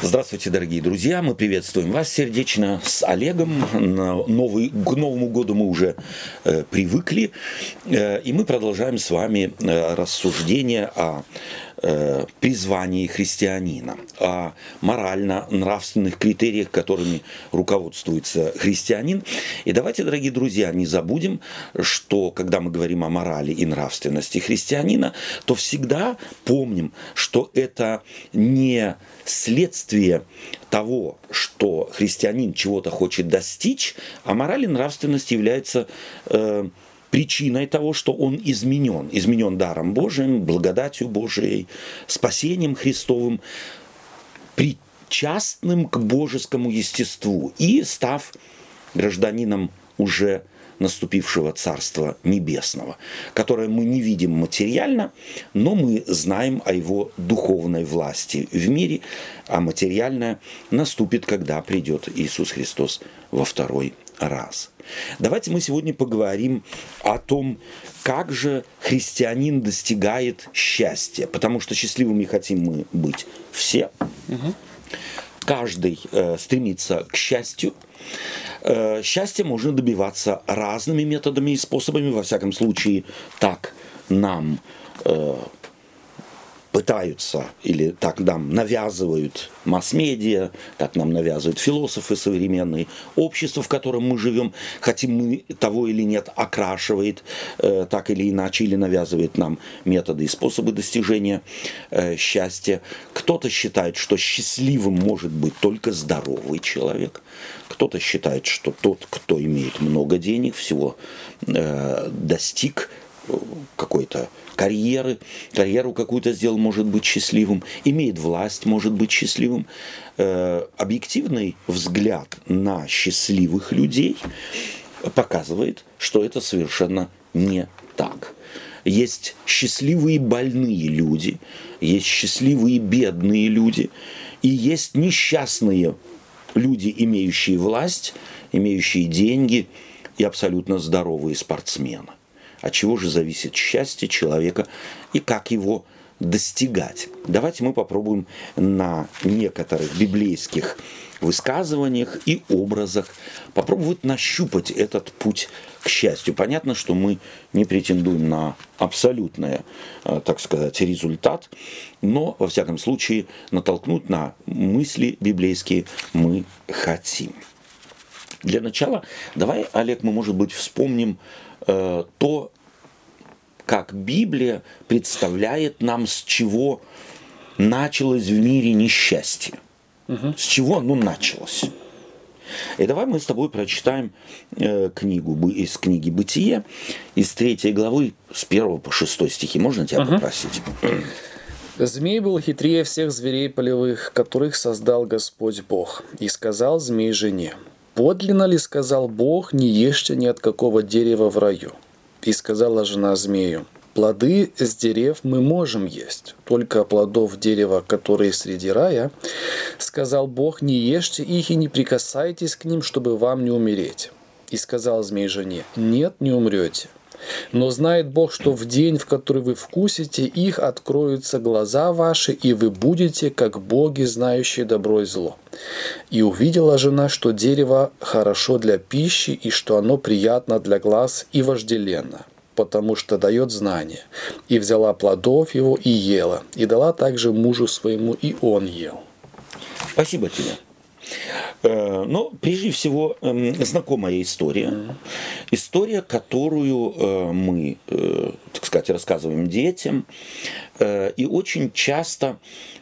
Здравствуйте, дорогие друзья! Мы приветствуем вас сердечно с Олегом. К Новому году мы уже привыкли. И мы продолжаем с вами рассуждение о призвании христианина, о морально-нравственных критериях, которыми руководствуется христианин. И давайте, дорогие друзья, не забудем, что когда мы говорим о морали и нравственности христианина, то всегда помним, что это не следствие того, что христианин чего-то хочет достичь, а мораль и нравственность является причиной того, что он изменен даром Божиим, благодатью Божией, спасением Христовым, причастным к божескому естеству и став гражданином уже наступившего Царства Небесного, которое мы не видим материально, но мы знаем о его духовной власти в мире, а материальное наступит, когда придет Иисус Христос во второй раз. Давайте мы сегодня поговорим о том, как же христианин достигает счастья, потому что счастливыми хотим мы быть все. Каждый стремится к счастью. Счастье можно добиваться разными методами и способами, во всяком случае, так нам пытаются или так нам навязывают масс-медиа, так нам навязывают философы современные, общество, в котором мы живем, хотим мы того или нет, окрашивает так или иначе, или навязывает нам методы и способы достижения счастья. Кто-то считает, что счастливым может быть только здоровый человек, кто-то считает, что тот, кто имеет много денег, всего достиг какой-то карьеру какую-то сделал, может быть счастливым, имеет власть, может быть счастливым. Объективный взгляд на счастливых людей показывает, что это совершенно не так. Есть счастливые больные люди, есть счастливые бедные люди, и есть несчастные люди, имеющие власть, имеющие деньги и абсолютно здоровые спортсмены. От чего же зависит счастье человека и как его достигать? Давайте мы попробуем на некоторых библейских высказываниях и образах попробовать нащупать этот путь к счастью. Понятно, что мы не претендуем на абсолютный, так сказать, результат, но, во всяком случае, натолкнуть на мысли библейские мы хотим. Для начала, давай, Олег, мы, может быть, вспомним то, как Библия представляет нам, с чего началось в мире несчастье. С чего оно началось. И давай мы с тобой прочитаем книгу из книги «Бытие», из 3 главы, с 1 по 6 стихи. Можно тебя попросить? Змей был хитрее всех зверей полевых, которых создал Господь Бог. И сказал змей жене: «Подлинно ли, сказал Бог, не ешьте ни от какого дерева в раю?» И сказала жена змею: «Плоды с дерев мы можем есть, только плодов дерева, которые среди рая, сказал Бог, не ешьте их и не прикасайтесь к ним, чтобы вам не умереть». И сказал змей жене: «Нет, не умрете. Но знает Бог, что в день, в который вы вкусите их, откроются глаза ваши, и вы будете, как боги, знающие добро и зло». И увидела жена, что дерево хорошо для пищи, и что оно приятно для глаз и вожделенно, потому что дает знание. И взяла плодов его и ела, и дала также мужу своему, и он ел. Спасибо тебе. Но прежде всего знакомая история. История, которую мы, так сказать, рассказываем детям. И очень часто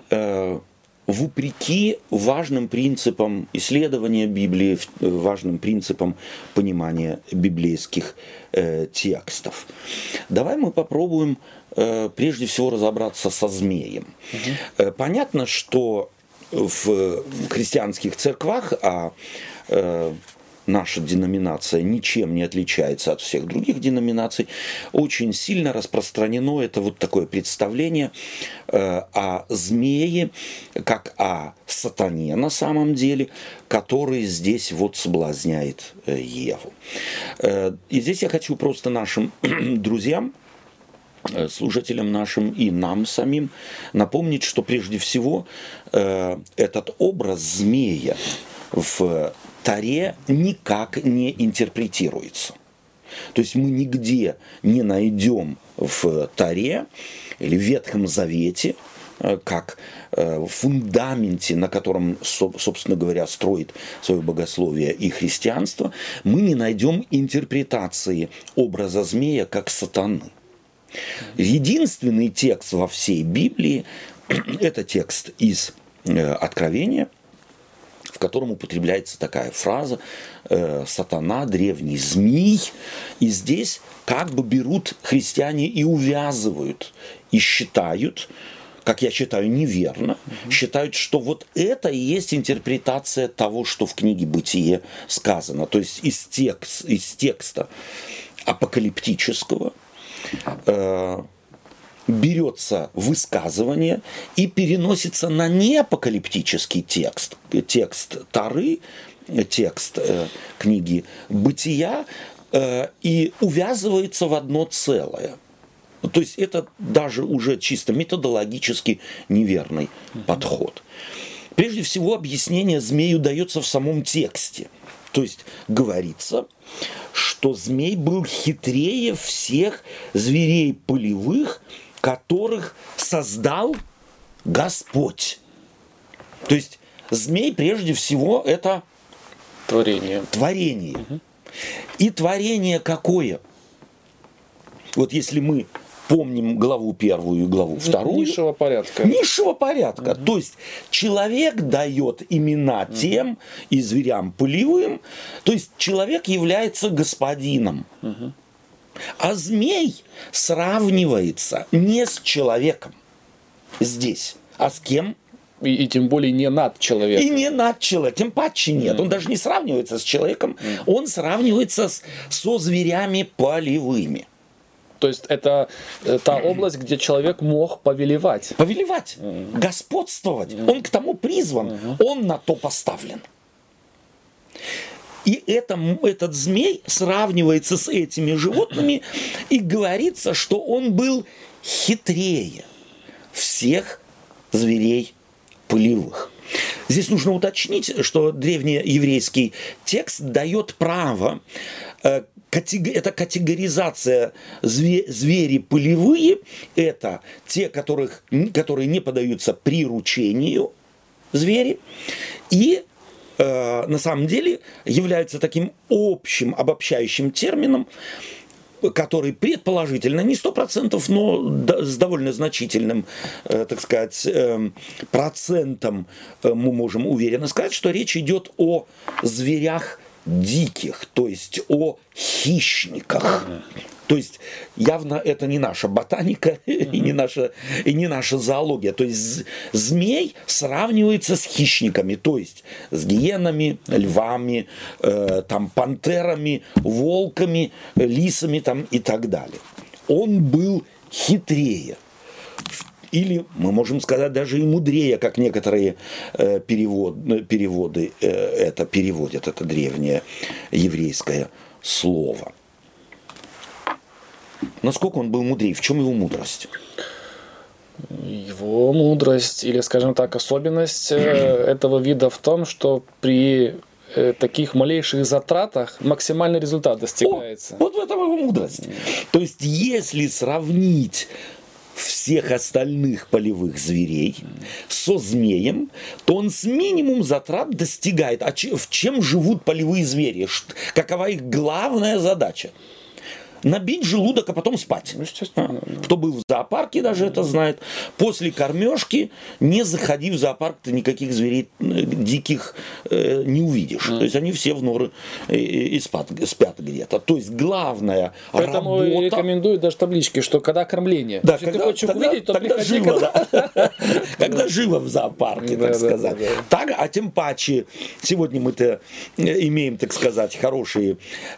вопреки важным принципам исследования Библии, важным принципам понимания библейских текстов. Давай мы попробуем прежде всего разобраться со змеем. Понятно, что в христианских церквах, а наша деноминация ничем не отличается от всех других деноминаций, очень сильно распространено это вот такое представление о змее, как о сатане на самом деле, который здесь вот соблазняет Еву. И здесь я хочу просто нашим друзьям слушателям нашим и нам самим напомнить, что прежде всего этот образ змея в Торе никак не интерпретируется. То есть мы нигде не найдем в Торе или в Ветхом Завете, как в фундаменте, на котором, собственно говоря, строит свое богословие и христианство, мы не найдем интерпретации образа змея как сатаны. Единственный текст во всей Библии – это текст из Откровения, в котором употребляется такая фраза «сатана, древний змей». И здесь как бы берут христиане и увязывают, и считают, как я считаю, неверно, считают, что вот это и есть интерпретация того, что в книге «Бытие» сказано. То есть из текста апокалиптического берется высказывание и переносится на неапокалиптический текст, текст Торы, текст книги «Бытия», и увязывается в одно целое. То есть это даже уже чисто методологически неверный подход. Прежде всего, объяснение змею дается в самом тексте. То есть говорится, что змей был хитрее всех зверей полевых, которых создал Господь. То есть змей прежде всего это творение. И творение какое? Вот если мы помним главу 1 и главу 2. Низшего порядка. Низшего порядка. То есть человек дает имена тем и зверям полевым. То есть человек является господином. А змей сравнивается не с человеком здесь, а с кем? И тем более не над человеком. И не над человеком, тем паче нет. Он даже не сравнивается с человеком, он сравнивается со зверями полевыми. То есть это та область, где человек мог повелевать. Повелевать, господствовать. Он к тому призван, он на то поставлен. И этот змей сравнивается с этими животными, и говорится, что он был хитрее всех зверей полевых. Здесь нужно уточнить, что древнееврейский текст дает право, это категоризация звери полевые, это те, которые не поддаются приручению звери, и на самом деле являются таким общим, обобщающим термином, который предположительно, не 100%, но с довольно значительным, так сказать, процентом мы можем уверенно сказать, что речь идет о зверях диких, то есть о хищниках. То есть явно это не наша ботаника и не наша зоология. То есть змей сравнивается с хищниками, то есть с гиенами, львами, пантерами, волками, лисами и так далее. Он был хитрее. Или, мы можем сказать, даже и мудрее, как некоторые переводы это переводят, это древнее еврейское слово. Насколько он был мудрее? В чем его мудрость? Его мудрость, или, скажем так, особенность этого вида в том, что при таких малейших затратах максимальный результат достигается. Вот в этом его мудрость. То есть, если сравнить всех остальных полевых зверей со змеем, то он с минимум затрат достигает. А в чем живут полевые звери? Какова их главная задача? Набить желудок, а потом спать. Кто был в зоопарке, даже это знает. После кормежки не заходи в зоопарк, ты никаких зверей диких не увидишь. То есть они все в норы и спят где-то. То есть главная Поэтому работа... рекомендуют даже таблички, что когда кормление. Да, если ты хочешь увидеть, то тогда приходи. живо, когда живо в зоопарке, так сказать. Так, а тем паче, сегодня мы-то имеем, так сказать, хорошие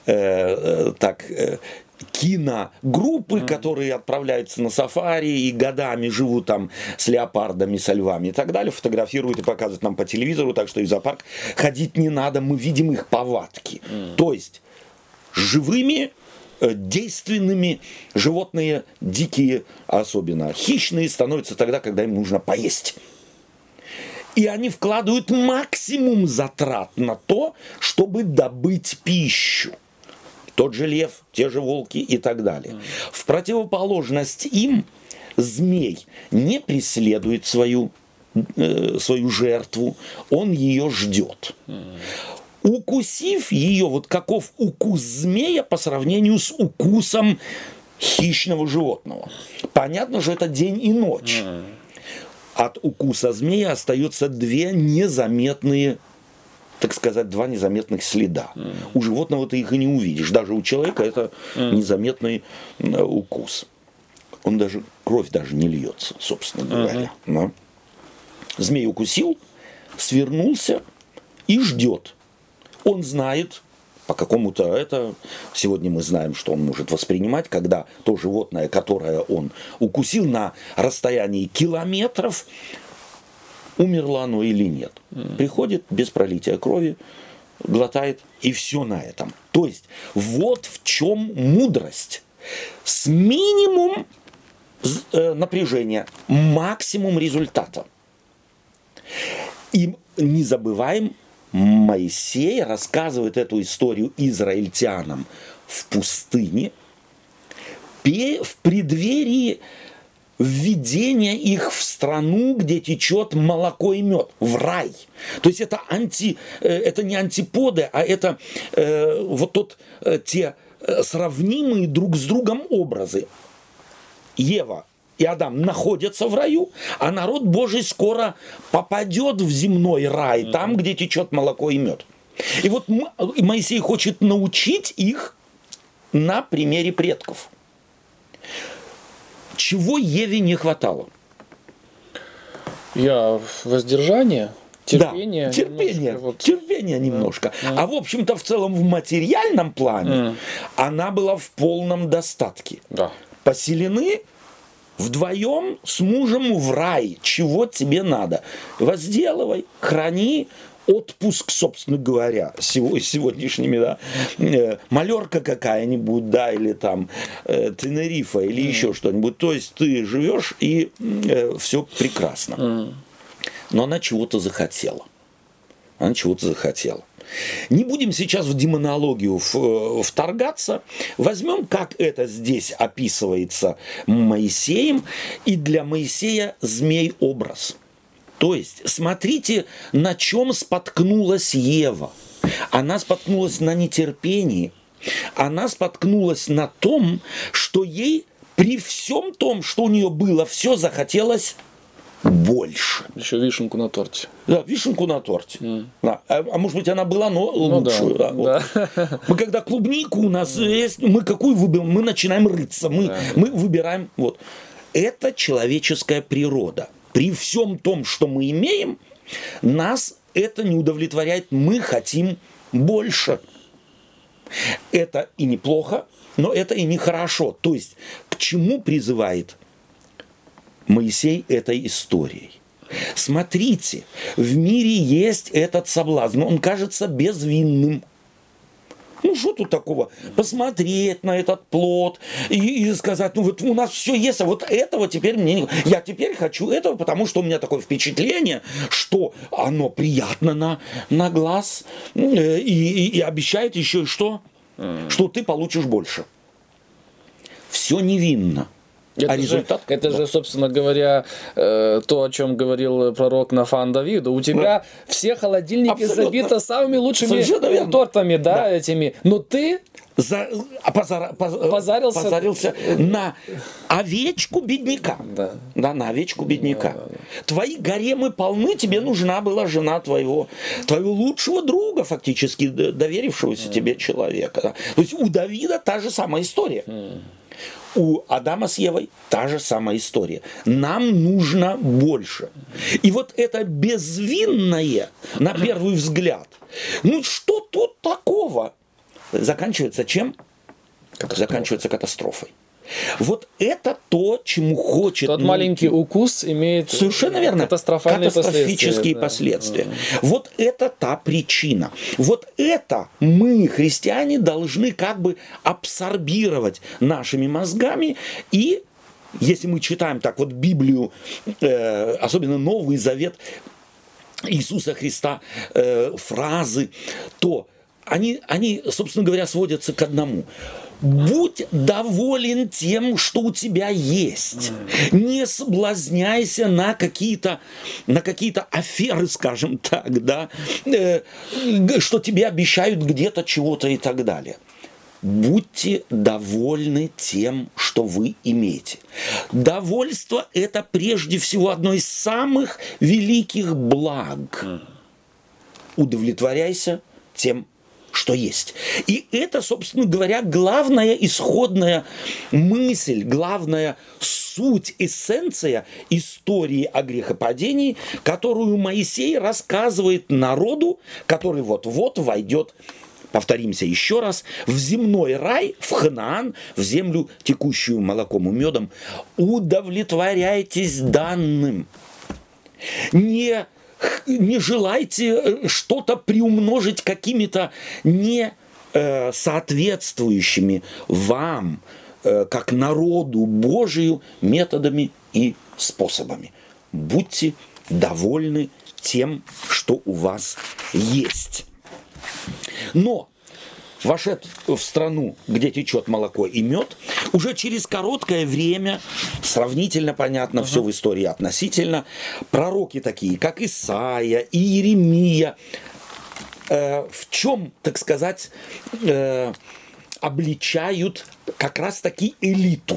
киногруппы, которые отправляются на сафари и годами живут там с леопардами, со львами и так далее, фотографируют и показывают нам по телевизору, так что и в зоопарк ходить не надо, мы видим их повадки. То есть живыми действенными животные, дикие особенно. Хищные становятся тогда, когда им нужно поесть. И они вкладывают максимум затрат на то, чтобы добыть пищу. Тот же лев, те же волки и так далее. В противоположность им змей не преследует свою жертву, он ее ждет. Укусив ее, вот каков укус змея по сравнению с укусом хищного животного. Понятно, что это день и ночь. От укуса змея остаются два незаметных следа. У животного ты их и не увидишь. Даже у человека это незаметный укус. Кровь даже не льется, собственно говоря. Но змей укусил, свернулся и ждет. Он знает, по какому-то сегодня мы знаем, что он может воспринимать, когда то животное, которое он укусил на расстоянии километров, умерло оно или нет. Приходит без пролития крови, глотает, и все на этом. То есть вот в чем мудрость. С минимум напряжения, максимум результата. И не забываем, Моисей рассказывает эту историю израильтянам в пустыне в преддверии введения их в страну, где течет молоко и мед, в рай. То есть это не антиподы, а это те сравнимые друг с другом образы. Ева и Адам находятся в раю, а народ Божий скоро попадет в земной рай, там, где течет молоко и мед. И вот Моисей хочет научить их на примере предков. Чего Еве не хватало? Воздержание, терпение. Да, терпение немножко. А в общем-то, в целом, в материальном плане она была в полном достатке. Да. Поселены вдвоем с мужем в рай. Чего тебе надо? Возделывай, храни, отпуск, собственно говоря, сегодняшними, да, малерка какая-нибудь, да, или там Тенерифа, или еще что-нибудь. То есть ты живешь, и все прекрасно. Но она чего-то захотела. Не будем сейчас в демонологию вторгаться. Возьмем, как это здесь описывается Моисеем, и для Моисея змей образ. То есть, смотрите, на чем споткнулась Ева. Она споткнулась на нетерпении. Она споткнулась на том, что ей при всем том, что у нее было, все захотелось больше. Еще вишенку на торте. Да, вишенку на торте. Да. А может быть, она была, но лучшую. Да. Вот. Мы когда клубнику у нас есть, мы какую выбираем? Мы начинаем рыться. Мы выбираем. Вот. Это человеческая природа. При всем том, что мы имеем, нас это не удовлетворяет. Мы хотим больше. Это и неплохо, но это и нехорошо. То есть, к чему призывает Моисей этой историей? Смотрите, в мире есть этот соблазн, он кажется безвинным. Ну, что тут такого? Посмотреть на этот плод и сказать, ну, вот у нас все есть, а вот этого теперь мне не... Я теперь хочу этого, потому что у меня такое впечатление, что оно приятно на глаз и обещает еще что? Что ты получишь больше. Все невинно. Это же, собственно говоря, то, о чем говорил пророк Нафан Давиду. У тебя все холодильники забиты самыми лучшими тортами, да, этими. Но ты позарился на овечку бедняка. Да, на овечку бедняка. Твои гаремы полны, тебе нужна была жена твоего лучшего друга, фактически доверившегося тебе человека. То есть у Давида та же самая история. У Адама с Евой та же самая история. Нам нужно больше. И вот это безвинное, на первый взгляд, ну что тут такого? Заканчивается чем? Заканчивается катастрофой. Вот это то, чему хочет... Тот маленький укус имеет совершенно верно, катастрофические последствия. Да. Вот это та причина. Вот это мы, христиане, должны как бы абсорбировать нашими мозгами. И если мы читаем так вот Библию, особенно Новый Завет Иисуса Христа, фразы, то они, собственно говоря, сводятся к одному. Будь доволен тем, что у тебя есть. Не соблазняйся на какие-то аферы, скажем так, да, что тебе обещают где-то чего-то и так далее. Будьте довольны тем, что вы имеете. Довольство – это прежде всего одно из самых великих благ. Удовлетворяйся тем, что есть. И это, собственно говоря, главная исходная мысль, главная суть, эссенция истории о грехопадении, которую Моисей рассказывает народу, который вот-вот войдет, повторимся еще раз, в земной рай, в Ханаан, в землю, текущую молоком и медом. Удовлетворяйтесь данным. Не желайте что-то приумножить какими-то не соответствующими вам, как народу Божию, методами и способами. Будьте довольны тем, что у вас есть. Но вошед в страну, где течет молоко и мед, уже через короткое время, сравнительно понятно, все в истории относительно, пророки такие, как Исаия и Иеремия, в чем, так сказать, обличают как раз-таки элиту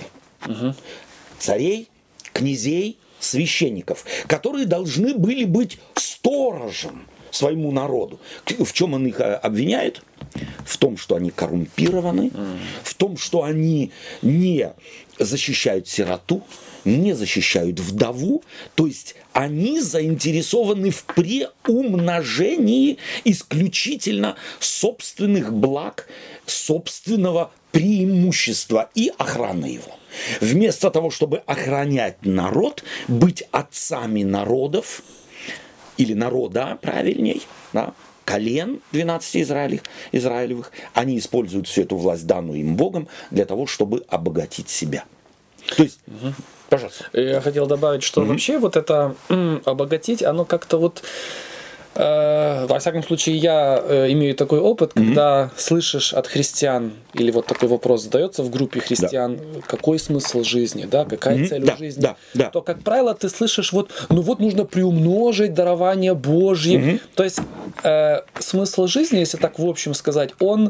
царей, князей, священников, которые должны были быть сторожем своему народу. В чем он их обвиняет? В том, что они коррумпированы, в том, что они не защищают сироту, не защищают вдову, то есть они заинтересованы в преумножении исключительно собственных благ, собственного преимущества и охраны его. Вместо того, чтобы охранять народ, быть отцами народов, или народа, правильней, да, колен 12 Израилевых, они используют всю эту власть, данную им Богом, для того, чтобы обогатить себя. То есть, пожалуйста. Я хотел добавить, что вообще вот это обогатить, оно как-то вот... Во всяком случае, я имею такой опыт, когда слышишь от христиан, или вот такой вопрос задается в группе христиан, какой смысл жизни, да, какая цель в жизни, то, как правило, ты слышишь, вот нужно приумножить дарование Божье. То есть смысл жизни, если так в общем сказать, он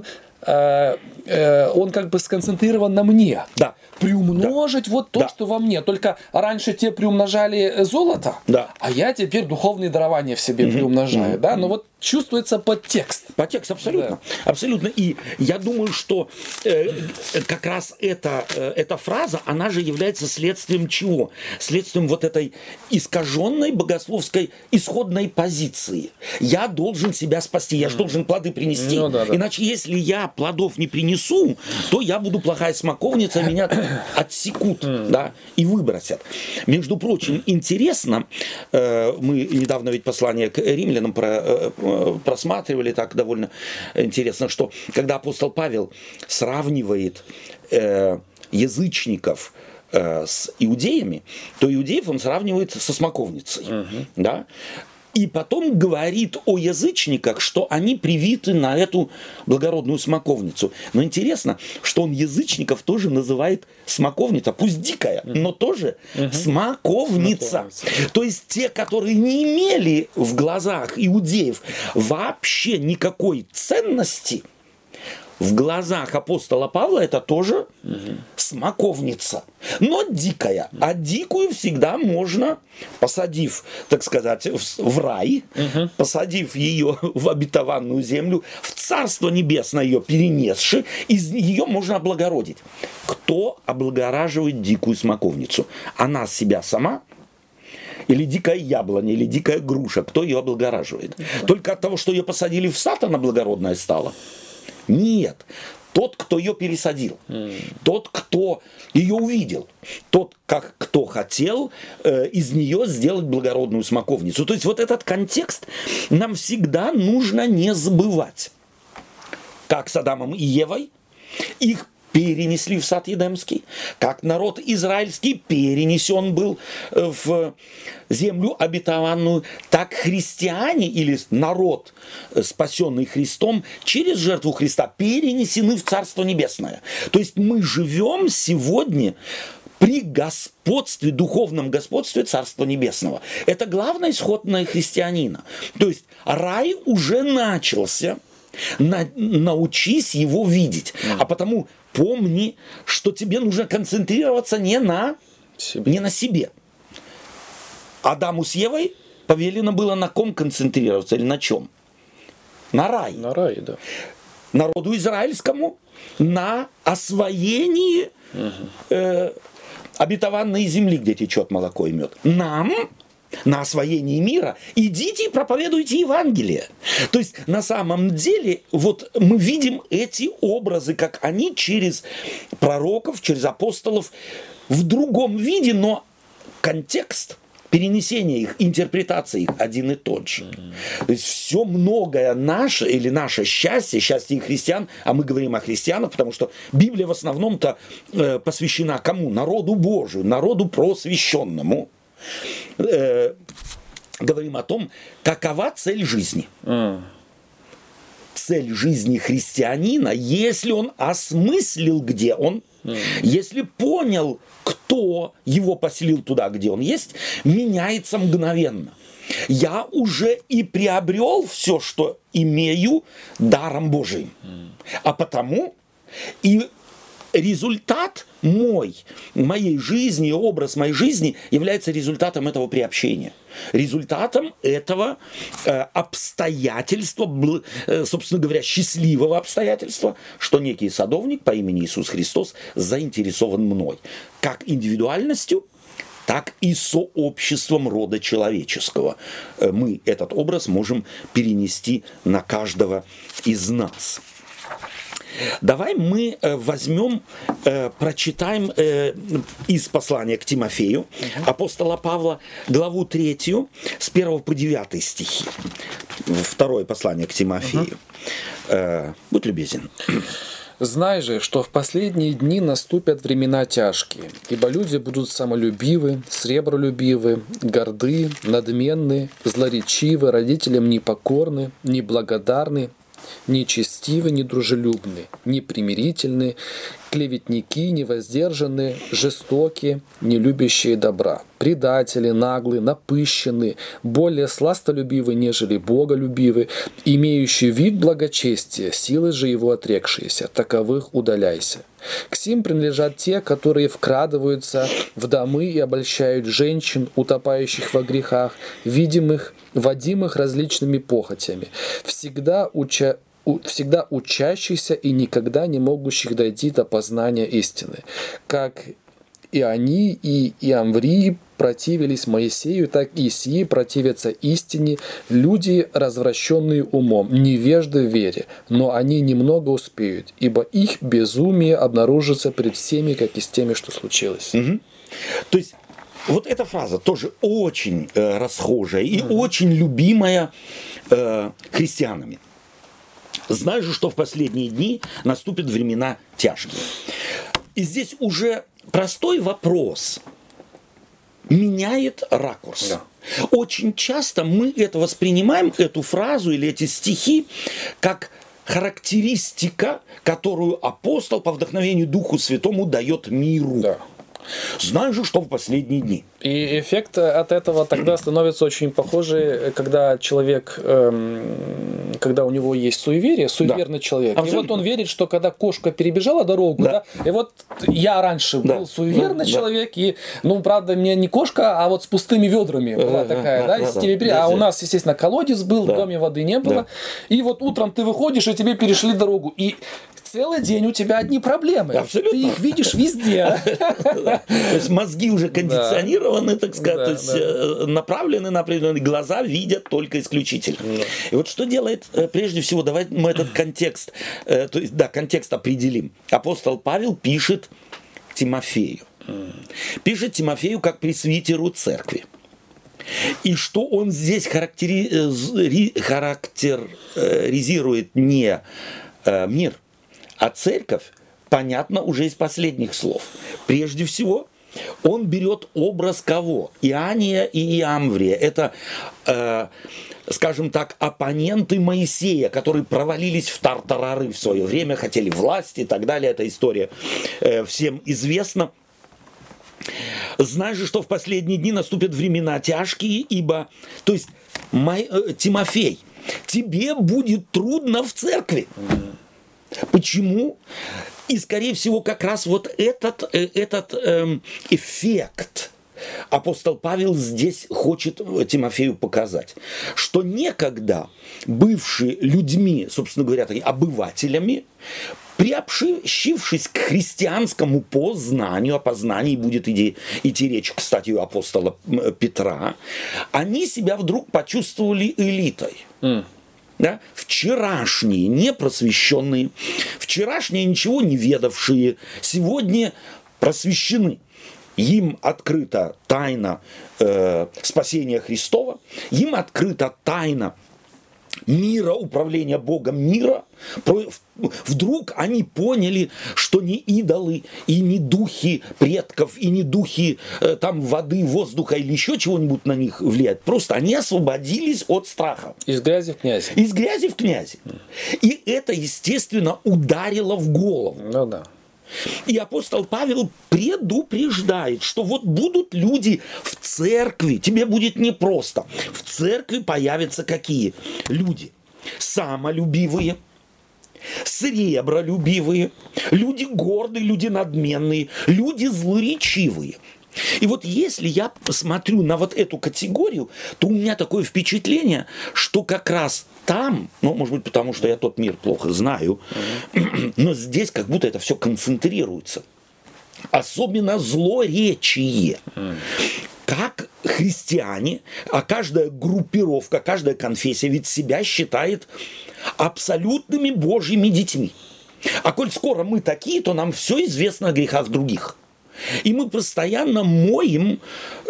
как бы сконцентрирован на мне. Да. Приумножить вот то, что во мне. Только раньше те приумножали золото, а я теперь духовные дарования в себе приумножаю. Да? Но вот чувствуется подтекст. Подтекст, абсолютно. Да. Абсолютно. И я думаю, что как раз эта фраза, она же является следствием чего? Следствием вот этой искаженной богословской исходной позиции. Я должен себя спасти, я же должен плоды принести. Иначе, если я плодов не принесу, то я буду плохая смоковница, меня отсекут, да, и выбросят. Между прочим, интересно, мы недавно ведь послание к римлянам просматривали, так довольно интересно, что когда апостол Павел сравнивает язычников с иудеями, то иудеев он сравнивает со смоковницей. Да? И потом говорит о язычниках, что они привиты на эту благородную смоковницу. Но интересно, что он язычников тоже называет смоковница, пусть дикая, но тоже смоковница. То есть те, которые не имели в глазах иудеев вообще никакой ценности, в глазах апостола Павла это тоже смоковница, но дикая. А дикую всегда можно, посадив, так сказать, в рай, посадив ее в обетованную землю, в Царство Небесное ее перенесши, из ее можно облагородить. Кто облагораживает дикую смоковницу? Она себя сама? Или дикая яблоня, или дикая груша? Кто ее облагораживает? Только от того, что ее посадили в сад, она благородная стала? Нет. тот, кто ее пересадил, тот, кто ее увидел, тот, кто хотел из нее сделать благородную смоковницу. То есть вот этот контекст нам всегда нужно не забывать. Как с Адамом и Евой, их перенесли в сад Едемский, как народ израильский перенесен был в землю обетованную, так христиане или народ, спасенный Христом, через жертву Христа перенесены в Царство Небесное. То есть мы живем сегодня при господстве, духовном господстве Царства Небесного. Это главное исходное христианина. То есть рай уже начался, научись его видеть. А потому помни, что тебе нужно концентрироваться не на себе. Адаму с Евой повелено было на ком концентрироваться или на чем? На рай. На рай, да. Народу израильскому на освоении обетованной земли, где течет молоко и мед. Нам на освоении мира идите и проповедуйте Евангелие. То есть на самом деле вот мы видим эти образы, как они через пророков, через апостолов в другом виде, но контекст перенесения их, интерпретация их один и тот же. То есть все многое наше или наше счастье, счастье христиан, а мы говорим о христианах, потому что Библия в основном-то посвящена кому? Народу Божию, народу просвещенному. Говорим о том, какова цель жизни. Цель жизни христианина, если он осмыслил, где он, если понял, кто его поселил туда, где он есть, меняется мгновенно. Я уже и приобрел все, что имею, даром Божиим. А потому и результат моей жизни, образ моей жизни является результатом этого приобщения. Результатом этого обстоятельства, собственно говоря, счастливого обстоятельства, что некий садовник по имени Иисус Христос заинтересован мной. Как индивидуальностью, так и сообществом рода человеческого. Мы этот образ можем перенести на каждого из нас. Давай мы возьмем, прочитаем из послания к Тимофею апостола Павла, главу 3, с 1 по 9 стихи. Второе послание к Тимофею. Будь любезен. «Знай же, что в последние дни наступят времена тяжкие, ибо люди будут самолюбивы, сребролюбивы, горды, надменны, злоречивы, родителям непокорны, неблагодарны, нечестивы, недружелюбны, непримирительны, клеветники, невоздержаны, жестоки, не любящие добра, предатели, наглые, напыщенные, более сластолюбивы, нежели боголюбивы, имеющие вид благочестия, силы же его отрекшиеся, таковых удаляйся. К сим принадлежат те, которые вкрадываются в домы и обольщают женщин, утопающих во грехах, водимых различными похотями, всегда учащихся и никогда не могущих дойти до познания истины. Как и они, и Иамврий противились Моисею, так и сии противятся истине, люди, развращенные умом, невежды в вере, но они немного успеют, ибо их безумие обнаружится пред всеми, как и с теми, что случилось». То есть вот эта фраза тоже очень расхожая и очень любимая христианами. «Знай же, что в последние дни наступят времена тяжкие». И здесь уже простой вопрос меняет ракурс. Да. Очень часто мы это воспринимаем, эту фразу или эти стихи, как характеристика, которую апостол по вдохновению Духу Святому дает миру. Да. Знай же, что в последние дни. И эффект от этого тогда становится очень похожий, когда человек, когда у него есть суеверие, суеверный человек. Абсолютно. И вот он верит, что когда кошка перебежала дорогу, да. И вот я раньше был суеверный человек, и, правда, мне не кошка, а вот с пустыми ведрами была такая, а у нас, естественно, колодец был, в доме воды не было. И вот утром ты выходишь, и тебе перешли дорогу. И целый день у тебя одни проблемы. Абсолютно. Ты их видишь везде. То есть мозги уже кондиционированы, так сказать, то есть направлены на определенные, глаза видят только исключительно. И вот что делает, прежде всего, давайте мы этот контекст, то есть, контекст определим. Апостол Павел пишет Тимофею. Пишет Тимофею как пресвитеру церкви. И что он здесь характеризирует не мир, а церковь, понятно уже из последних слов. Прежде всего, он берет образ кого? Иания и Иамврия. Это, скажем так, оппоненты Моисея, которые провалились в тартарары в свое время, хотели власти и так далее. Эта история всем известна. Знай же, что в последние дни наступят времена тяжкие, ибо, то есть, Тимофей, тебе будет трудно в церкви. Почему? И, скорее всего, как раз вот этот эффект апостол Павел здесь хочет Тимофею показать, что некогда бывшие людьми, собственно говоря, обывателями, приобщившись к христианскому познанию, о познании будет идти речь, кстати, у апостола Петра, они себя вдруг почувствовали элитой. Да? Вчерашние непросвещенные, вчерашние ничего не ведавшие, сегодня просвещены. Им открыта тайна спасения Христова, им открыта тайна мира, управления Богом мира. Вдруг они поняли, что не идолы и не духи предков, и не духи там воды, воздуха или еще чего-нибудь на них влияют. Просто они освободились от страха. Из грязи в князи. Из грязи в князи. И это, естественно, ударило в голову. Ну да. И апостол Павел предупреждает, что вот будут люди в церкви, тебе будет непросто. В церкви появятся какие люди? Самолюбивые, сребролюбивые, люди гордые, люди надменные, люди злоречивые. И вот если я посмотрю на вот эту категорию, то у меня такое впечатление, что как раз там, ну, может быть, потому что я тот мир плохо знаю, но здесь как будто это все концентрируется. Особенно злоречие. Как христиане, а каждая группировка, каждая конфессия ведь себя считает абсолютными Божьими детьми. А коль скоро мы такие, то нам все известно о грехах других. И мы постоянно моем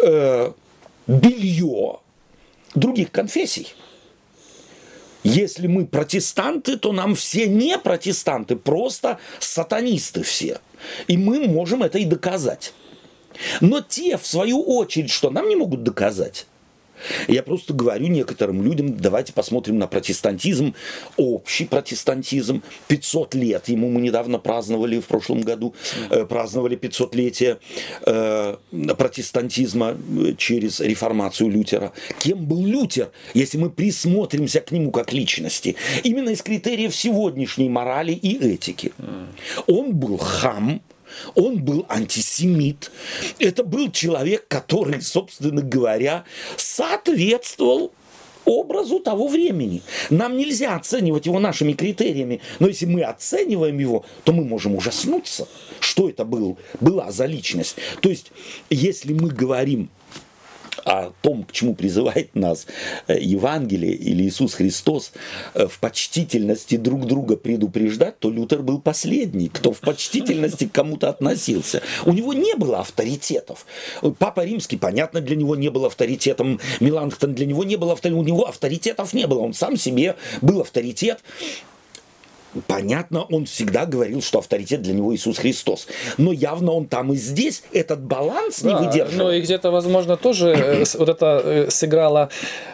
белье других конфессий. Если мы протестанты, то нам все не протестанты, просто сатанисты все. И мы можем это и доказать. Но те, в свою очередь, что нам не могут доказать. Я просто говорю некоторым людям, давайте посмотрим на протестантизм, общий протестантизм, 500 лет, ему мы недавно праздновали в прошлом году, праздновали 500-летие протестантизма через реформацию Лютера. Кем был Лютер, если мы присмотримся к нему как личности? Именно из критериев сегодняшней морали и этики. Он был хам, он был антисемит. Это был человек, который, собственно говоря, соответствовал образу того времени. Нам нельзя оценивать его нашими критериями, но если мы оцениваем его, то мы можем ужаснуться, что это была за личность. То есть, если мы говорим о том, к чему призывает нас Евангелие или Иисус Христос, в почтительности друг друга предупреждать, то Лютер был последний, кто в почтительности к кому-то относился. У него не было авторитетов. Папа Римский, понятно, для него не был авторитетом. Меланхтон для него не был авторитетом. У него авторитетов не было. Он сам себе был авторитет. Понятно, он всегда говорил, что авторитет для него Иисус Христос. Но явно он там и здесь этот баланс не выдерживал. Ну и где-то, возможно, тоже вот это сыграло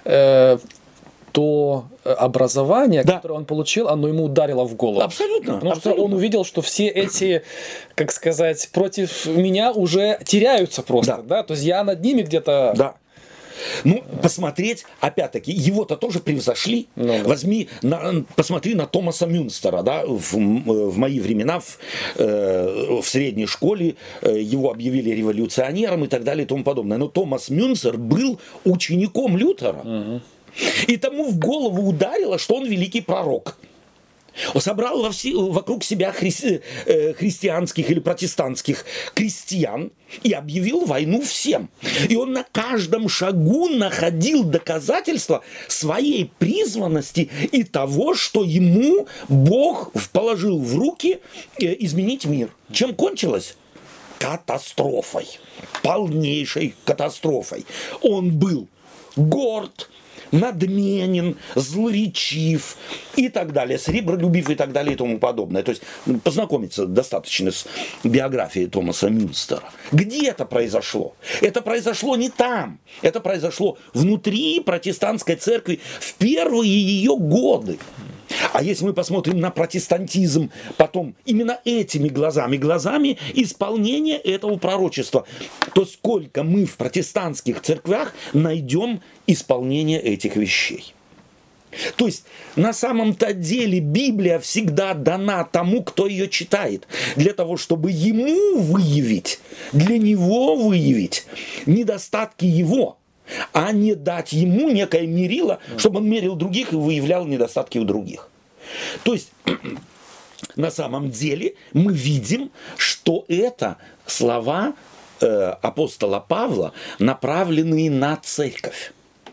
то образование, которое он получил, оно ему ударило в голову. Абсолютно. Потому что он увидел, что все эти, как сказать, против меня уже теряются просто. Да? То есть я над ними где-то... Да. Ну, посмотреть, опять-таки, его-то тоже превзошли. Посмотри на Томаса Мюнстера, да, в мои времена в средней школе его объявили революционером и так далее и тому подобное. Но Томас Мюнстер был учеником Лютера. И тому в голову ударило, что он великий пророк. Он собрал вокруг себя христианских или протестантских крестьян и объявил войну всем. И он на каждом шагу находил доказательства своей призванности и того, что ему Бог положил в руки изменить мир. Чем кончилось? Катастрофой. Полнейшей катастрофой. Он был горд, надменен, злоречив и так далее, сребролюбив и так далее и тому подобное. То есть познакомиться достаточно с биографией Томаса Мюнстера. Где это произошло? Это произошло не там. Это произошло внутри протестантской церкви в первые ее годы. А если мы посмотрим на протестантизм потом именно этими глазами исполнения этого пророчества, то сколько мы в протестантских церквях найдем исполнение этих вещей. То есть на самом-то деле Библия всегда дана тому, кто ее читает, для того, чтобы ему выявить, для него выявить недостатки его, а не дать ему некое мерило, чтобы он мерил других и выявлял недостатки у других. То есть, на самом деле, мы видим, что это слова апостола Павла, направленные на церковь.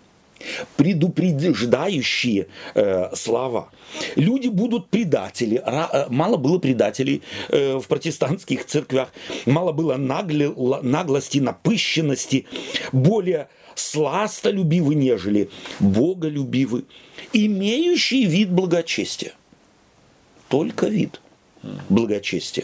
Предупреждающие слова. Люди будут предатели. Мало было предателей в протестантских церквях, мало было наглости, напыщенности, более сластолюбивы, нежели боголюбивы, имеющие вид благочестия. Только вид благочестия.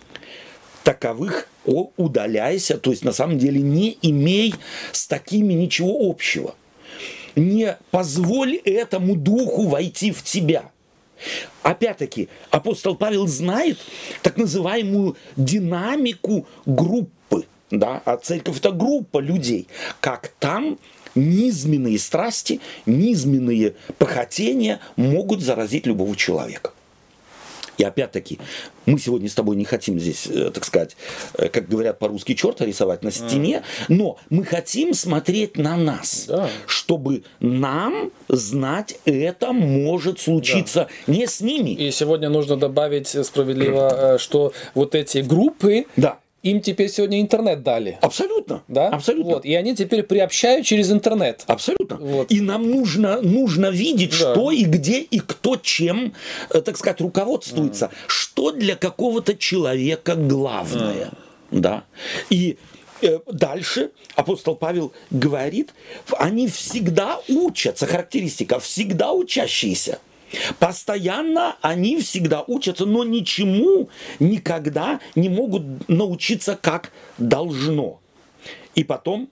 Таковых удаляйся, то есть на самом деле не имей с такими ничего общего. Не позволь этому духу войти в тебя. Опять-таки, апостол Павел знает так называемую динамику группы. Да? А церковь – это группа людей. Как там низменные страсти, низменные похотения могут заразить любого человека. И опять-таки, мы сегодня с тобой не хотим здесь, так сказать, как говорят по-русски, черта рисовать на стене, но мы хотим смотреть на нас, чтобы нам знать, это может случиться не с ними. И сегодня нужно добавить справедливо, что вот эти группы... Им теперь сегодня интернет дали. Абсолютно. Да? Абсолютно. Вот. И они теперь приобщают через интернет. Абсолютно. Вот. И нам нужно видеть, что и где, и кто чем, так сказать, руководствуется. Что для какого-то человека главное. Да? И дальше апостол Павел говорит, они всегда учатся, характеристика, всегда учащиеся. Постоянно они всегда учатся, но ничему никогда не могут научиться как должно. И потом,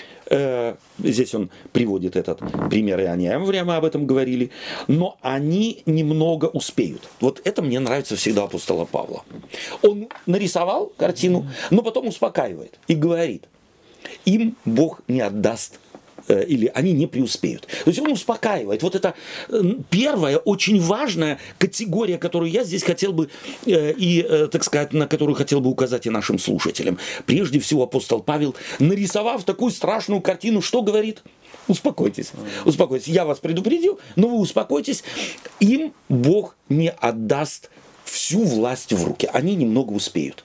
здесь он приводит этот пример, и они время об этом говорили, но они немного успеют. Вот это мне нравится всегда апостола Павла. Он нарисовал картину, но потом успокаивает и говорит, им Бог не отдаст, или они не преуспеют. То есть он успокаивает. Вот это первая очень важная категория, которую я здесь хотел бы, так сказать, на которую хотел бы указать и нашим слушателям. Прежде всего апостол Павел, нарисовав такую страшную картину, что говорит? Успокойтесь, успокойтесь. Я вас предупредил, но вы успокойтесь. Им Бог не отдаст всю власть в руки. Они немного успеют.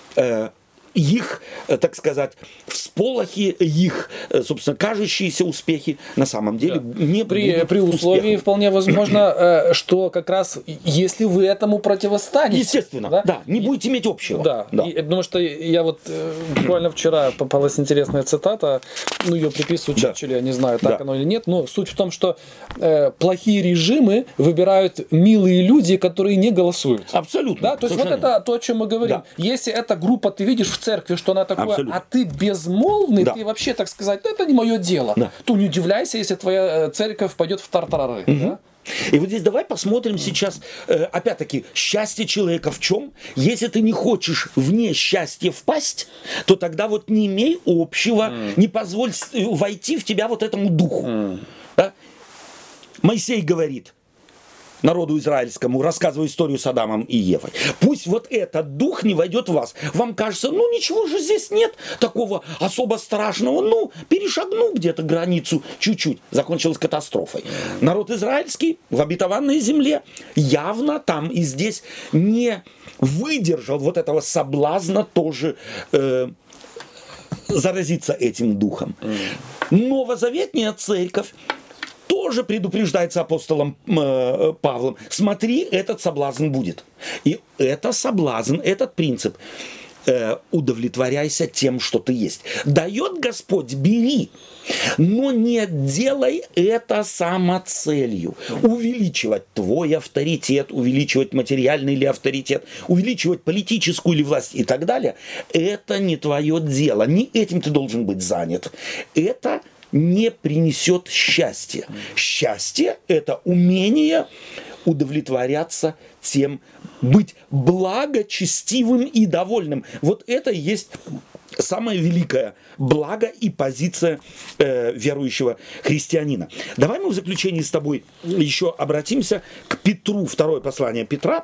Их, так сказать, всполохи, их, собственно, кажущиеся успехи на самом деле не будут при условии успехом. вполне возможно, что как раз если вы этому противостанете. Естественно, да, не будете иметь общего. Да. Потому что я вот буквально вчера попалась интересная цитата, ее приписывают Черчиллю, я не знаю, так оно или нет, но суть в том, что плохие режимы выбирают милые люди, которые не голосуют. Абсолютно. Да? То есть вот это то, о чем мы говорим. Если эта группа, ты видишь в церкви, что она такое, абсолютно. А ты безмолвный, ты вообще, так сказать, это не мое дело, то не удивляйся, если твоя церковь пойдет в тартарары. Да? И вот здесь давай посмотрим сейчас, опять-таки, счастье человека в чем? Если ты не хочешь вне счастья впасть, то тогда вот не имей общего, не позволь войти в тебя вот этому духу. Да? Моисей говорит, народу израильскому, рассказывая историю с Адамом и Евой. Пусть вот этот дух не войдет в вас. Вам кажется, ну ничего же здесь нет такого особо страшного. Ну, перешагнул где-то границу чуть-чуть. Закончилась катастрофой. Народ израильский в обетованной земле явно там и здесь не выдержал вот этого соблазна тоже заразиться этим духом. Новозаветная церковь тоже предупреждается апостолом Павлом. Смотри, этот соблазн будет. И это соблазн, этот принцип. Удовлетворяйся тем, что ты есть. Дает Господь, бери. Но не делай это самоцелью. Увеличивать твой авторитет, увеличивать материальный или авторитет, увеличивать политическую или власть и так далее. Это не твое дело. Не этим ты должен быть занят. Это не принесет счастья. Счастье – это умение удовлетворяться тем, быть благочестивым и довольным. Вот это и есть самое великое благо и позиция верующего христианина. Давай мы в заключении с тобой еще обратимся к Петру, второе послание Петра.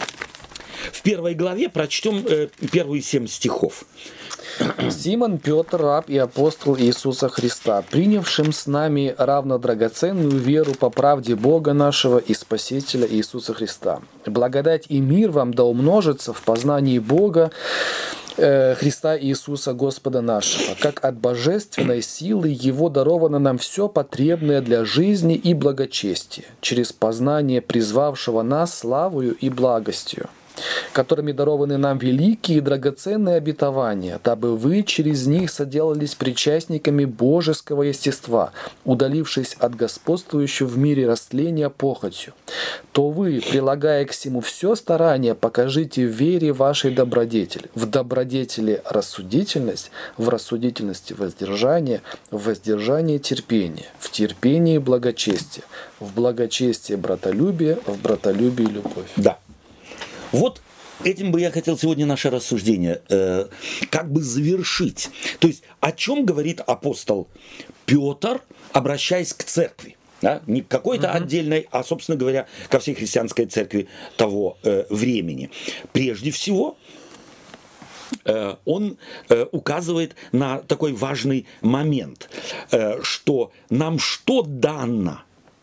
В первой главе прочтем первые 7 стихов. Симон Петр, раб и апостол Иисуса Христа, принявшим с нами равно драгоценную веру по правде Бога нашего и Спасителя Иисуса Христа. Благодать и мир вам да умножится в познании Бога Христа Иисуса Господа нашего, как от божественной силы Его даровано нам все потребное для жизни и благочестия, через познание призвавшего нас славою и благостью, которыми дарованы нам великие и драгоценные обетования, дабы вы через них соделались причастниками божеского естества, удалившись от господствующего в мире растления похотью. То вы, прилагая к всему все старание, покажите в вере вашей добродетель, в добродетели рассудительность, в рассудительности воздержание, в воздержании терпение, в терпении благочестие, в благочестии братолюбие, в братолюбии любовь. Да. Вот этим бы я хотел сегодня наше рассуждение как бы завершить. То есть о чем говорит апостол Петр, обращаясь к церкви. Да? Не к какой-то отдельной, а, собственно говоря, ко всей христианской церкви того времени. Прежде всего, он указывает на такой важный момент, что нам что дано,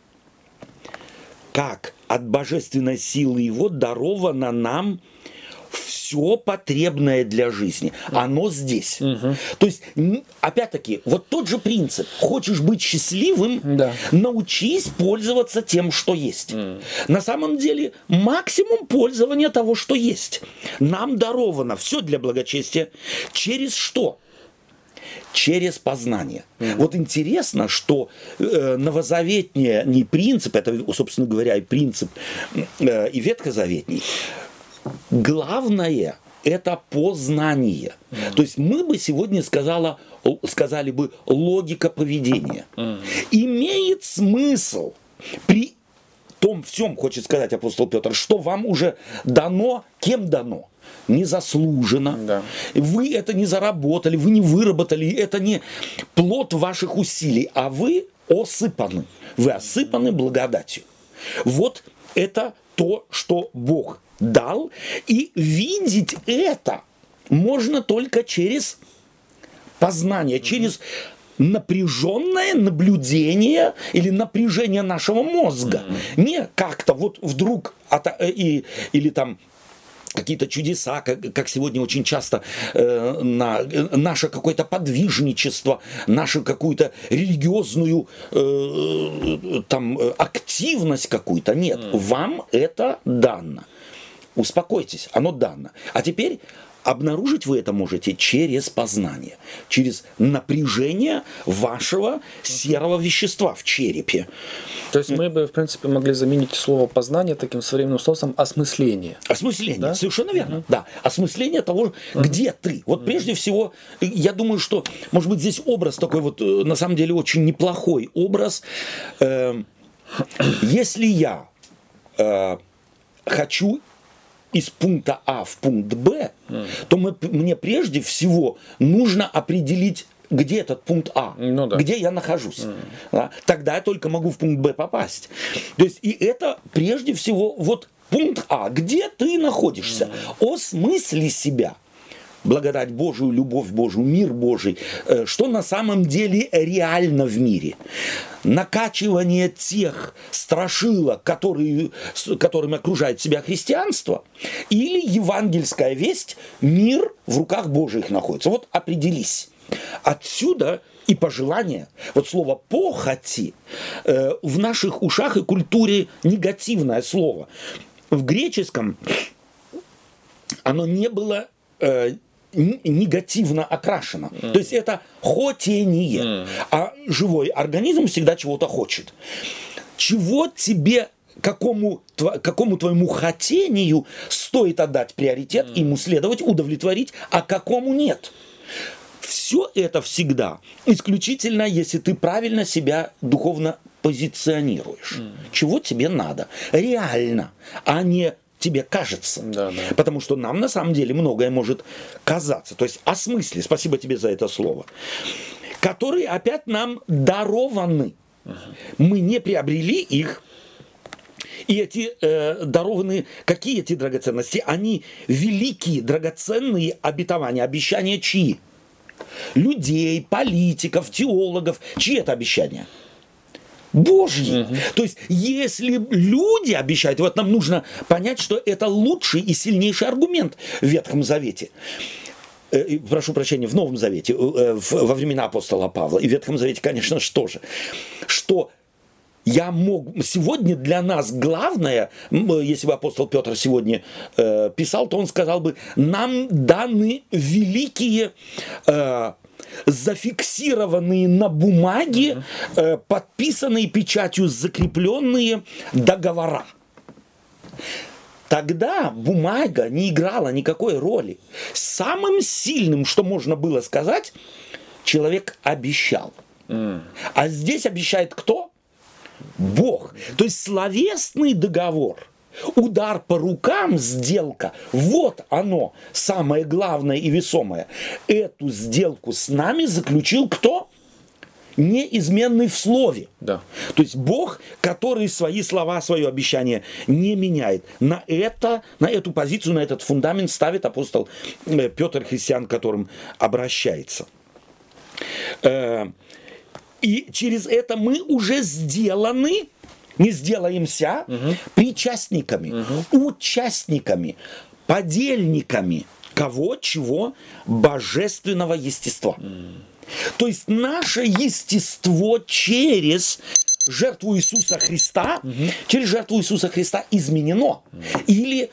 как от божественной силы Его даровано нам все потребное для жизни. Оно здесь. То есть, опять-таки, вот тот же принцип. Хочешь быть счастливым, научись пользоваться тем, что есть. На самом деле, максимум пользования того, что есть. Нам даровано все для благочестия. Через что? Через познание. Вот интересно, что новозаветний принцип, это, собственно говоря, и принцип и ветхозаветний, главное – это познание. То есть мы бы сегодня сказали бы логика поведения. Имеет смысл при том всем, хочет сказать апостол Петр, что вам уже дано, кем дано? Незаслуженно. Да. Вы это не заработали, вы не выработали, это не плод ваших усилий, а вы осыпаны. Вы осыпаны благодатью. Вот это то, что Бог дал, и видеть это можно только через познание, через напряженное наблюдение или напряжение нашего мозга. Не как-то вот вдруг или там какие-то чудеса, как сегодня очень часто наше какое-то подвижничество, нашу какую-то религиозную активность какую-то. Нет, вам это дано. Успокойтесь, оно дано. А теперь обнаружить вы это можете через познание, через напряжение вашего серого вещества в черепе. То есть мы бы, в принципе, могли заменить слово познание таким современным словом осмысление. Осмысление, да? Совершенно верно. Да. Осмысление того, где ты. Вот прежде всего, я думаю, что, может быть, здесь образ такой вот, на самом деле, очень неплохой образ. Если я хочу из пункта А в пункт Б, то мне прежде всего нужно определить, где этот пункт А, Ну да. где я нахожусь. Да? Тогда я только могу в пункт Б попасть. То есть, и это прежде всего вот пункт А, где ты находишься. Осмысли себя. Благодать Божию, любовь Божию, мир Божий, что на самом деле реально в мире. Накачивание тех страшилок, которыми окружает себя христианство, или евангельская весть, мир в руках Божьих находится. Вот определись. Отсюда и пожелание, вот слово «похоти» в наших ушах и культуре негативное слово. В греческом оно не было негативно окрашено. То есть это хотение. А живой организм всегда чего-то хочет. Чего тебе, какому твоему хотению стоит отдать приоритет, ему следовать, удовлетворить, а какому нет. Все это всегда исключительно, если ты правильно себя духовно позиционируешь. Чего тебе надо? Реально, а не тебе кажется. Да. Потому что нам на самом деле многое может казаться. То есть о смысле, спасибо тебе за это слово, которые опять нам дарованы. Мы не приобрели их. И эти дарованные, какие эти драгоценности? Они великие, драгоценные обетования, обещания чьи? Людей, политиков, теологов. Чьи это обещания? Божьи. То есть, если люди обещают, вот нам нужно понять, что это лучший и сильнейший аргумент в Ветхом Завете. Прошу прощения, в Новом Завете, во времена апостола Павла. И в Ветхом Завете, конечно, что же? Что сегодня для нас главное, если бы апостол Петр сегодня писал, то он сказал бы, нам даны великие зафиксированные на бумаге, подписанные печатью, закрепленные договора. Тогда бумага не играла никакой роли. Самым сильным, что можно было сказать, человек обещал. А здесь обещает кто? Бог. То есть словесный договор, удар по рукам, сделка, вот оно, самое главное и весомое. Эту сделку с нами заключил кто? Неизменный в слове. Да. То есть Бог, который свои слова, свое обещание не меняет. На эту позицию, на этот фундамент ставит апостол Петр, христиан, к которым обращается. И через это мы уже сделаны, не сделаемся, причастниками, участниками, подельниками кого, чего? Божественного естества. То есть наше естество через жертву Иисуса Христа, через жертву Иисуса Христа изменено. Или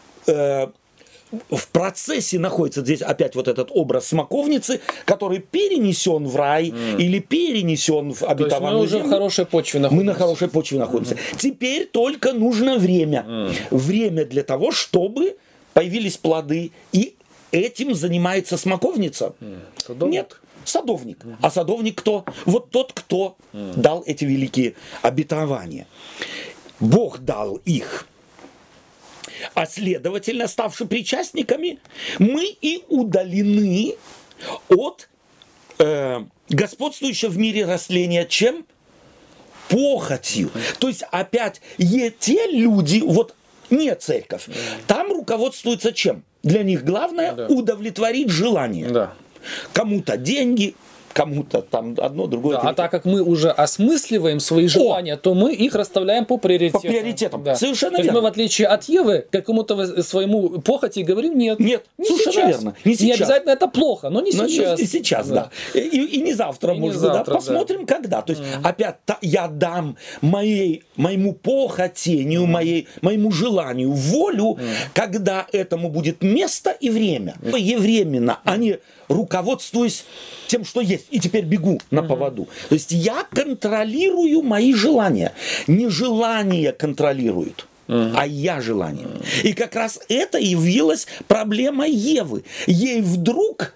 в процессе находится здесь опять вот этот образ смоковницы, который перенесен в рай или перенесен в обетованную землю. Мы уже в хорошей почве находимся. Мы на хорошей почве находимся. Теперь только нужно время. Время для того, чтобы появились плоды. И этим занимается смоковница? Садовник? Нет, садовник. А садовник кто? Вот тот, кто дал эти великие обетования. Бог дал их. А следовательно, ставши причастниками, мы и удалены от господствующего в мире растления чем? Похотью. То есть опять те люди, вот не церковь, там руководствуются чем? Для них главное удовлетворить желание. Да. Кому-то деньги, кому-то там одно, другое. Да, а так как мы уже осмысливаем свои желания, то мы их расставляем по приоритетам. По приоритетам, да. совершенно то верно. есть мы, в отличие от Евы, какому-то своему похоти говорим нет. Нет, не совершенно сейчас. верно. Не сейчас. Не обязательно это плохо, но не сейчас. И сейчас, да. И не завтра, И может не быть, завтра, да. Посмотрим, когда. То есть, опять, я дам моему похотению, моему желанию волю, когда этому будет место и время. Временно, а не руководствуясь тем, что есть, и теперь бегу на поводу. То есть я контролирую мои желания. Не желания контролируют, а я желание. И как раз это явилась проблема Евы. Ей вдруг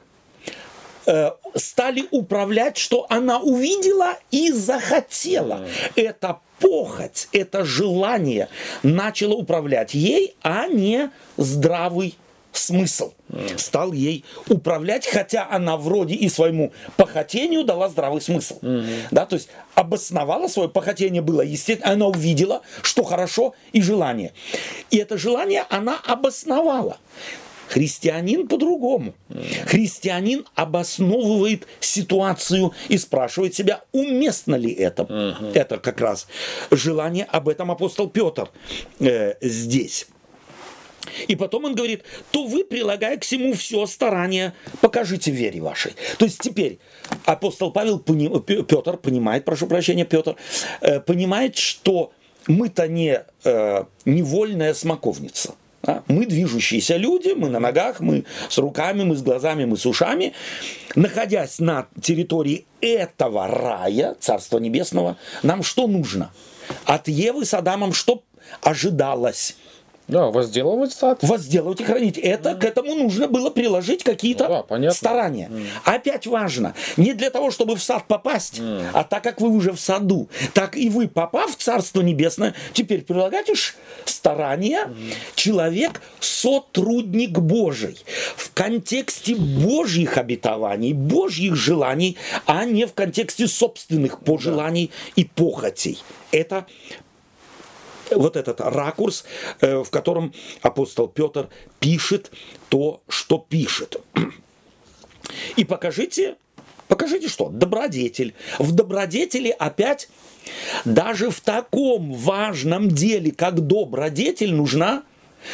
стали управлять, что она увидела и захотела. Это похоть, это желание начало управлять ей, а не здравый смысл, стал ей управлять, хотя она вроде и своему похотению дала здравый смысл. Да, то есть обосновала свое похотение, было естественно, она увидела, что хорошо, и желание. И это желание она обосновала. Христианин по-другому. Христианин обосновывает ситуацию и спрашивает себя, уместно ли это. Это как раз желание, об этом апостол Петр здесь. И потом он говорит, то вы, прилагая к всему все старание, покажите вере вашей. То есть теперь апостол Павел, Петр понимает, прошу прощения, Петр, понимает, что мы-то не невольная смоковница. Мы движущиеся люди, мы на ногах, мы с руками, мы с глазами, мы с ушами. Находясь на территории этого рая, Царства Небесного, нам что нужно? От Евы с Адамом что ожидалось? Да, возделывать сад. Возделывать и хранить. Это к этому нужно было приложить какие-то старания. Опять важно, не для того, чтобы в сад попасть, а так как вы уже в саду, так и вы, попав в Царство Небесное, теперь прилагаете старания. Человек сотрудник Божий в контексте Божьих обетований, Божьих желаний, а не в контексте собственных пожеланий и похотей. Это вот этот ракурс, в котором апостол Петр пишет то, что пишет. И покажите что? Добродетель. В добродетели опять, даже в таком важном деле, как добродетель, нужна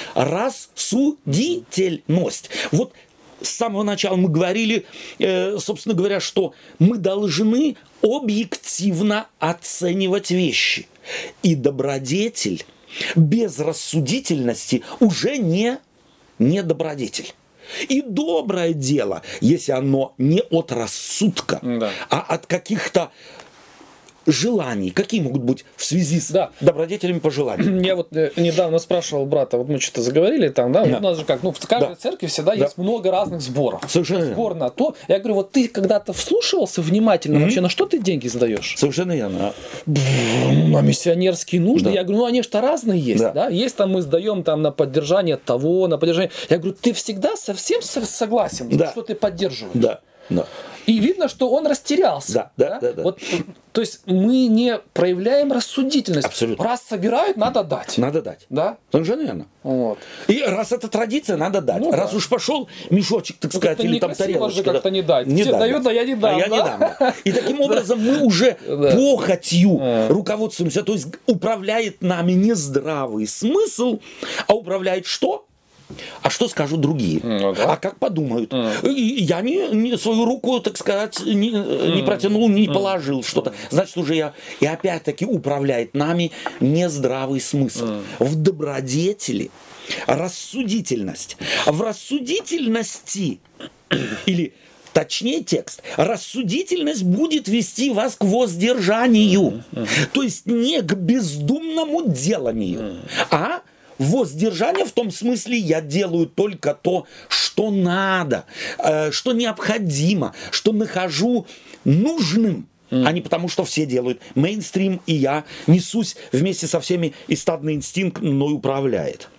рассудительность. Вот с самого начала мы говорили, собственно говоря, что мы должны объективно оценивать вещи. И добродетель без рассудительности уже не добродетель. И доброе дело, если оно не от рассудка, а от каких-то желаний. Какие могут быть в связи с добродетелями пожеланий? Я вот недавно спрашивал брата, вот мы что-то заговорили там, да, у нас же как, в каждой церкви всегда есть много разных сборов. Совершенно сбор на то. Я говорю, вот ты когда-то вслушивался внимательно, вообще на что ты деньги сдаешь? Совершенно верно. На миссионерские нужды. Я говорю, они что разные есть, да? Есть там мы сдаем там на поддержание того, на поддержание. Я говорю, ты всегда совсем согласен, что ты поддерживаешь? Да. И видно, что он растерялся. Да. Вот, то есть мы не проявляем рассудительность. Абсолютно. Раз собирают, надо дать. Надо дать. Да? Совершенно верно. Вот. И раз это традиция, надо дать. Раз уж пошел мешочек, так сказать, или там тарелочка. Же как-то не дать. Все дают, а я не дам. Я не дам. И таким образом мы уже похотью руководствуемся. То есть управляет нами не здравый смысл, а управляет что? А что скажут другие? А как подумают? И я не свою руку, так сказать, не протянул, не положил что-то. Значит, уже я... И опять-таки управляет нами нездравый смысл. В добродетели рассудительность. В рассудительности, или точнее текст, рассудительность будет вести вас к воздержанию. То есть не к бездумному деланию, а воздержание в том смысле, я делаю только то, что надо, что необходимо, что нахожу нужным, а не потому, что все делают. Мейнстрим, и я несусь вместе со всеми, и стадный инстинкт мной управляет.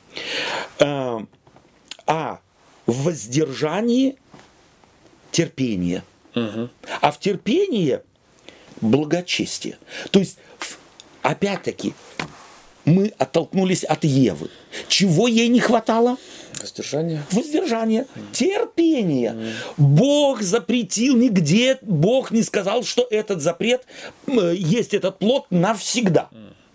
А в воздержании терпение. А в терпении благочестие. То есть, опять-таки, мы оттолкнулись от Евы. Чего ей не хватало? Воздержание. Терпение. Бог запретил, нигде Бог не сказал, что этот запрет, есть этот плод навсегда.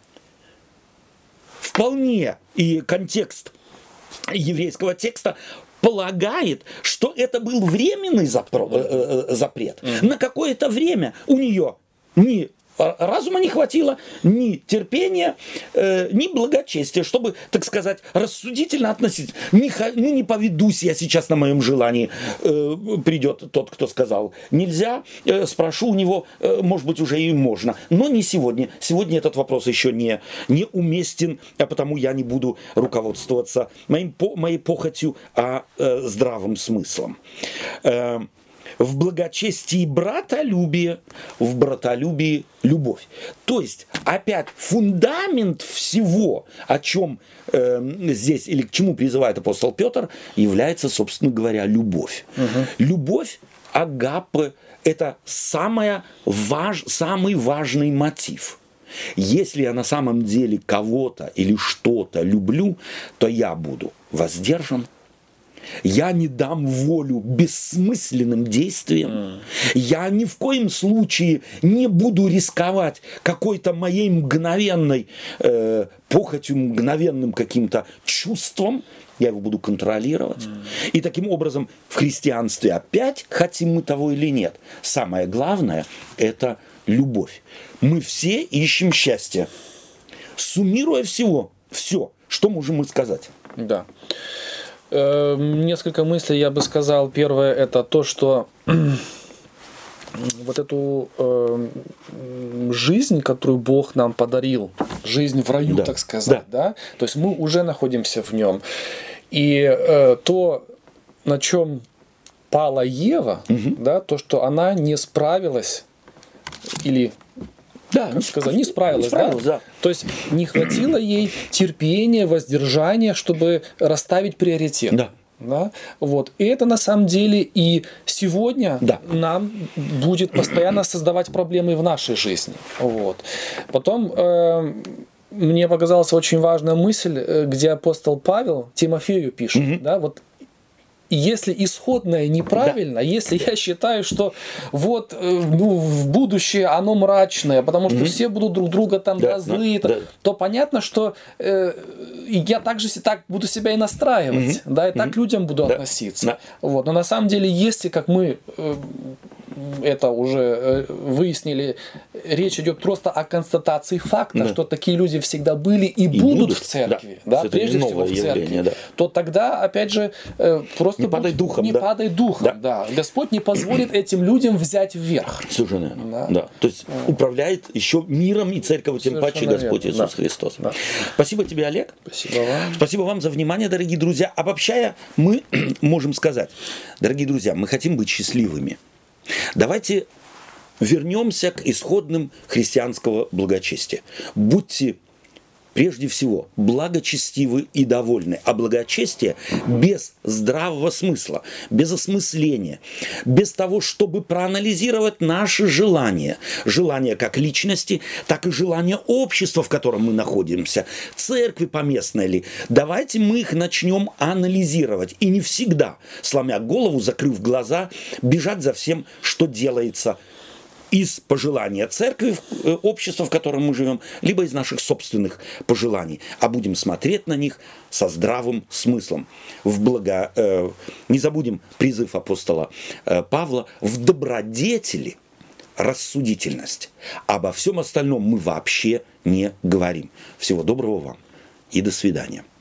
Вполне и контекст еврейского текста полагает, что это был временный запрет. На какое-то время у нее ни разума не хватило, ни терпения, ни благочестия, чтобы, так сказать, рассудительно относиться. Не поведусь я сейчас на моем желании. Придет тот, кто сказал нельзя, спрошу у него, может быть, уже и можно. Но не сегодня. Сегодня этот вопрос еще не уместен, а потому я не буду руководствоваться моей похотью, а здравым смыслом. В благочестии братолюбие, в братолюбии любовь. То есть, опять, фундамент всего, о чем здесь, или к чему призывает апостол Петр, является, собственно говоря, любовь. Любовь, агапе, это самый важный мотив. Если я на самом деле кого-то или что-то люблю, то я буду воздержан. Я не дам волю бессмысленным действиям. Я ни в коем случае не буду рисковать какой-то моей мгновенной похотью, мгновенным каким-то чувством. Я его буду контролировать. И таким образом в христианстве опять, хотим мы того или нет, самое главное – это любовь. Мы все ищем счастья. Суммируя все, что можем мы сказать? Да. Несколько мыслей я бы сказал. Первое – это то, что вот эту жизнь, которую Бог нам подарил, жизнь в раю, так сказать, да? То есть мы уже находимся в нем. И то, на чем пала Ева, да, то, что она не справилась или... не справилась, да? То есть не хватило ей терпения, воздержания, чтобы расставить приоритет. Да? Вот. И это на самом деле и сегодня нам будет постоянно создавать проблемы в нашей жизни. Вот. Потом мне показалась очень важная мысль, где апостол Павел Тимофею пишет, да, вот. Если исходное неправильно, если я считаю, что вот в будущее оно мрачное, потому что все будут друг друга там злые, то понятно, что я также так буду себя и настраивать, да, и так людям буду относиться. Вот. Но на самом деле, если, как мы это уже выяснили, речь идет просто о констатации факта, что такие люди всегда были и будут в церкви, прежде всего в церкви, то тогда, опять же, просто не падай духом. Падай духом, да. Господь не позволит этим людям взять вверх. Совершенно верно. Да. То есть управляет еще миром и церковью, тем паче Господь Иисус Христос. Да. Спасибо тебе, Олег. Спасибо вам. Спасибо вам за внимание, дорогие друзья. Обобщая, мы можем сказать, дорогие друзья, мы хотим быть счастливыми. Давайте вернемся к исходным христианского благочестия. Будьте прежде всего благочестивы и довольны. А благочестие без здравого смысла, без осмысления, без того, чтобы проанализировать наши желания. Желания как личности, так и желания общества, в котором мы находимся. Церкви поместной ли. Давайте мы их начнем анализировать. И не всегда, сломя голову, закрыв глаза, бежать за всем, что делается из пожелания церкви, общества, в котором мы живем, либо из наших собственных пожеланий, а будем смотреть на них со здравым смыслом. Не забудем призыв апостола Павла в добродетели рассудительность. Обо всем остальном мы вообще не говорим. Всего доброго вам и до свидания.